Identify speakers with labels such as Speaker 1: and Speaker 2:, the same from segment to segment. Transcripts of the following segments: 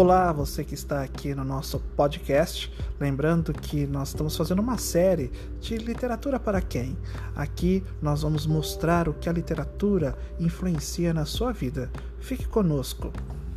Speaker 1: Olá, você que está aqui no nosso podcast. Lembrando que nós estamos fazendo uma série de literatura para quem? Aqui nós vamos mostrar o que a literatura influencia na sua vida. Fique conosco.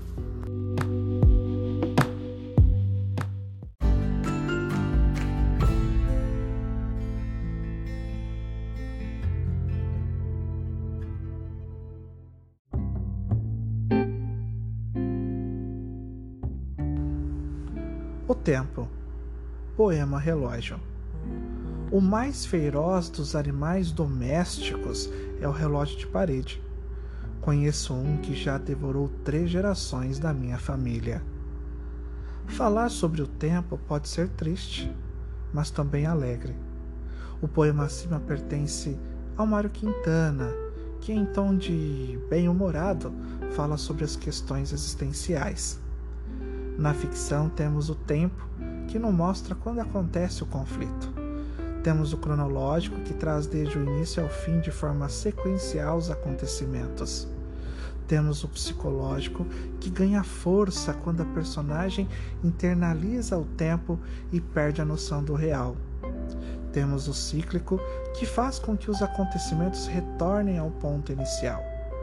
Speaker 1: O tempo. Poema Relógio. O mais feroz dos animais domésticos é o relógio de parede. Conheço um que já devorou 3 gerações da minha família. Falar sobre o tempo pode ser triste, mas também alegre. O poema acima pertence ao Mário Quintana, que em tom de bem-humorado fala sobre as questões existenciais. Na ficção temos o tempo, que nos mostra quando acontece o conflito. Temos o cronológico, que traz desde o início ao fim de forma sequencial os acontecimentos. Temos o psicológico, que ganha força quando a personagem internaliza o tempo e perde a noção do real. Temos o cíclico, que faz com que os acontecimentos retornem ao ponto inicial.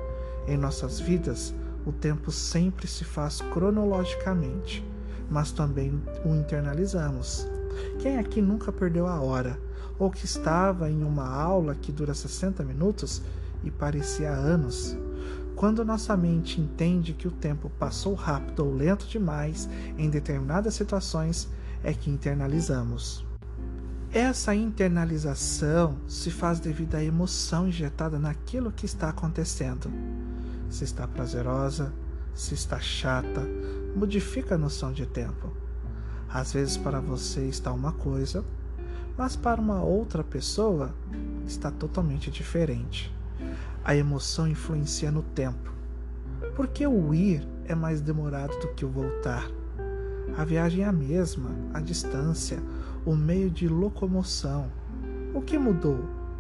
Speaker 1: Em nossas vidas, o tempo sempre se faz cronologicamente, mas também o internalizamos. Quem aqui nunca perdeu a hora, ou que estava em uma aula que dura 60 minutos e parecia anos? Quando nossa mente entende que o tempo passou rápido ou lento demais em determinadas situações, é que internalizamos. Essa internalização se faz devido à emoção injetada naquilo que está acontecendo. Se está prazerosa, se está chata, modifica a noção de tempo. Às vezes para você está uma coisa, mas para uma outra pessoa está totalmente diferente. A emoção influencia no tempo, porque o ir é mais demorado do que o voltar. A viagem é a mesma, a distância, o meio de locomoção. O que mudou?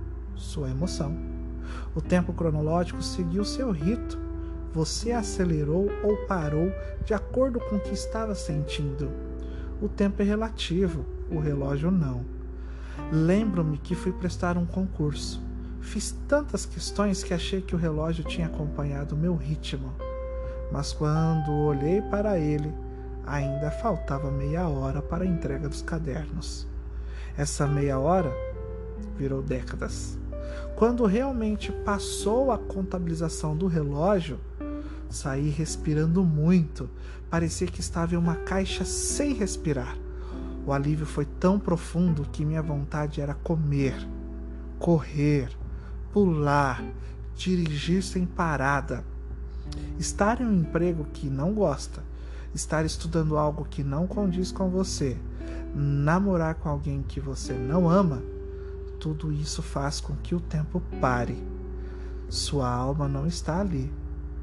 Speaker 1: Sua emoção. O tempo cronológico seguiu seu rito. Você acelerou ou parou de acordo com o que estava sentindo. O tempo é relativo, o relógio não. Lembro-me que fui prestar um concurso. Fiz tantas questões que achei que o relógio tinha acompanhado o meu ritmo. Mas quando olhei para ele, ainda faltava meia hora para a entrega dos cadernos. Essa meia hora virou décadas. Quando realmente passou a contabilização do relógio, saí respirando muito. Parecia que estava em uma caixa sem respirar. O alívio foi tão profundo que minha vontade era comer, correr, pular, dirigir sem parada. Estar em um emprego que não gosta, estar estudando algo que não condiz com você, namorar com alguém que você não ama, tudo isso faz com que o tempo pare. Sua alma não está ali,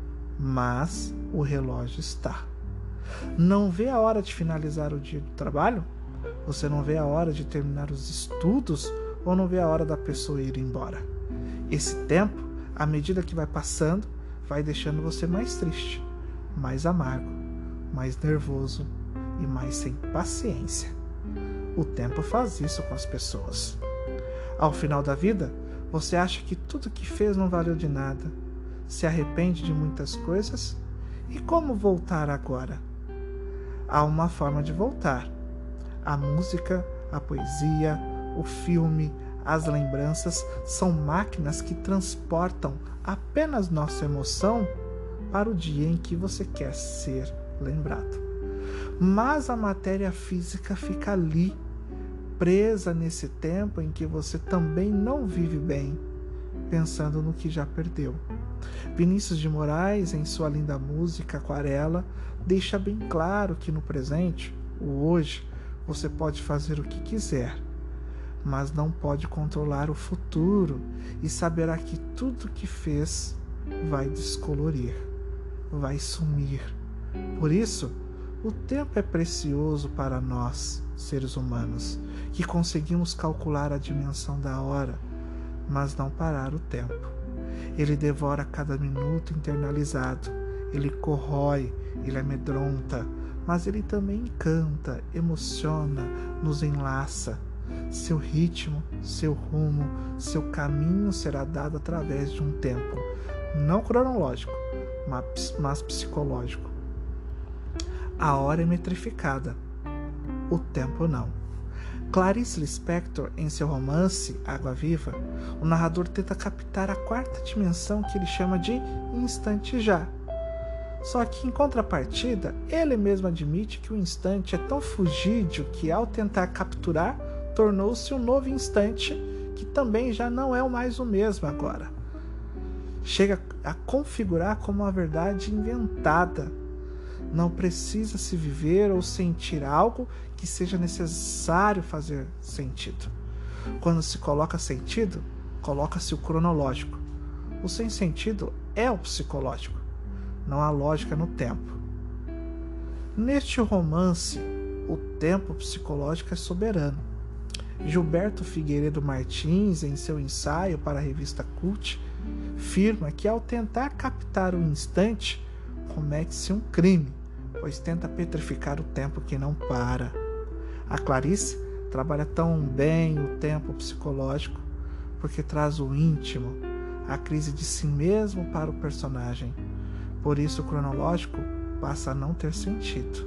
Speaker 1: mas o relógio está. Não vê a hora de finalizar o dia do trabalho? Você não vê a hora de terminar os estudos ou não vê a hora da pessoa ir embora? Esse tempo, à medida que vai passando, vai deixando você mais triste, mais amargo, mais nervoso e mais sem paciência. O tempo faz isso com as pessoas. Ao final da vida, você acha que tudo que fez não valeu de nada, se arrepende de muitas coisas. E como voltar agora? Há uma forma de voltar. A música, a poesia, o filme, as lembranças são máquinas que transportam apenas nossa emoção para o dia em que você quer ser lembrado. Mas a matéria física fica ali, presa nesse tempo em que você também não vive bem, pensando no que já perdeu. Vinícius de Moraes, em sua linda música Aquarela, deixa bem claro que no presente, o hoje, você pode fazer o que quiser, mas não pode controlar o futuro e saberá que tudo que fez vai descolorir, vai sumir. Por isso, o tempo é precioso para nós, seres humanos, que conseguimos calcular a dimensão da hora, mas não parar o tempo. Ele devora cada minuto internalizado, ele corrói, ele amedronta, mas ele também encanta, emociona, nos enlaça. Seu ritmo, seu rumo, seu caminho será dado através de um tempo, não cronológico, mas psicológico. A hora é metrificada, o tempo não. Clarice Lispector, em seu romance Água Viva, o narrador tenta captar a quarta dimensão que ele chama de instante já. Só que, em contrapartida, ele mesmo admite que o instante é tão fugídio que, ao tentar capturar, tornou-se um novo instante que também já não é mais o mesmo agora. Chega a configurar como uma verdade inventada. Não precisa se viver ou sentir algo que seja necessário fazer sentido. Quando se coloca sentido, coloca-se o cronológico. O sem sentido é o psicológico. Não há lógica no tempo. Neste romance, o tempo psicológico é soberano. Gilberto Figueiredo Martins, em seu ensaio para a revista Cult, afirma que ao tentar captar o instante, comete-se um crime, pois tenta petrificar o tempo que não para. A Clarice trabalha tão bem o tempo psicológico porque traz o íntimo, a crise de si mesmo para o personagem. Por isso o cronológico passa a não ter sentido.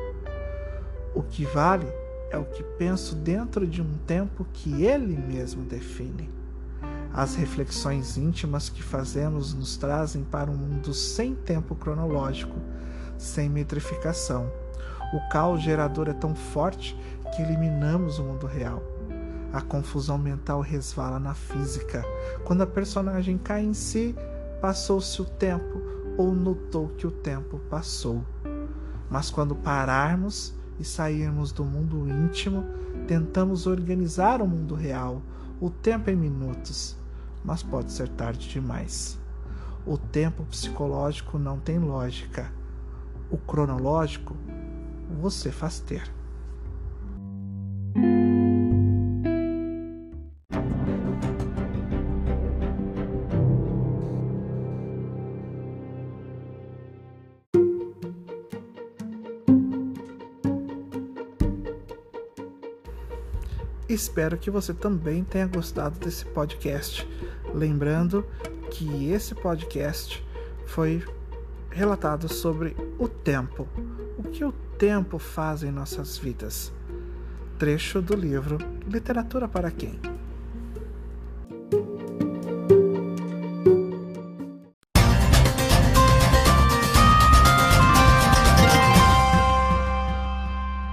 Speaker 1: O que vale é o que penso dentro de um tempo que ele mesmo define. As reflexões íntimas que fazemos nos trazem para um mundo sem tempo cronológico, sem metrificação. O caos gerador é tão forte que eliminamos o mundo real. A confusão mental resvala na física. Quando a personagem cai em si, passou-se o tempo ou notou que o tempo passou. Mas quando pararmos e sairmos do mundo íntimo, tentamos organizar o mundo real. O tempo é minutos, mas pode ser tarde demais. O tempo psicológico não tem lógica. O cronológico você faz ter. Espero que você também tenha gostado desse podcast. Lembrando que esse podcast foi relatado sobre o tempo. O que o tempo faz em nossas vidas? Trecho do livro Literatura para Quem?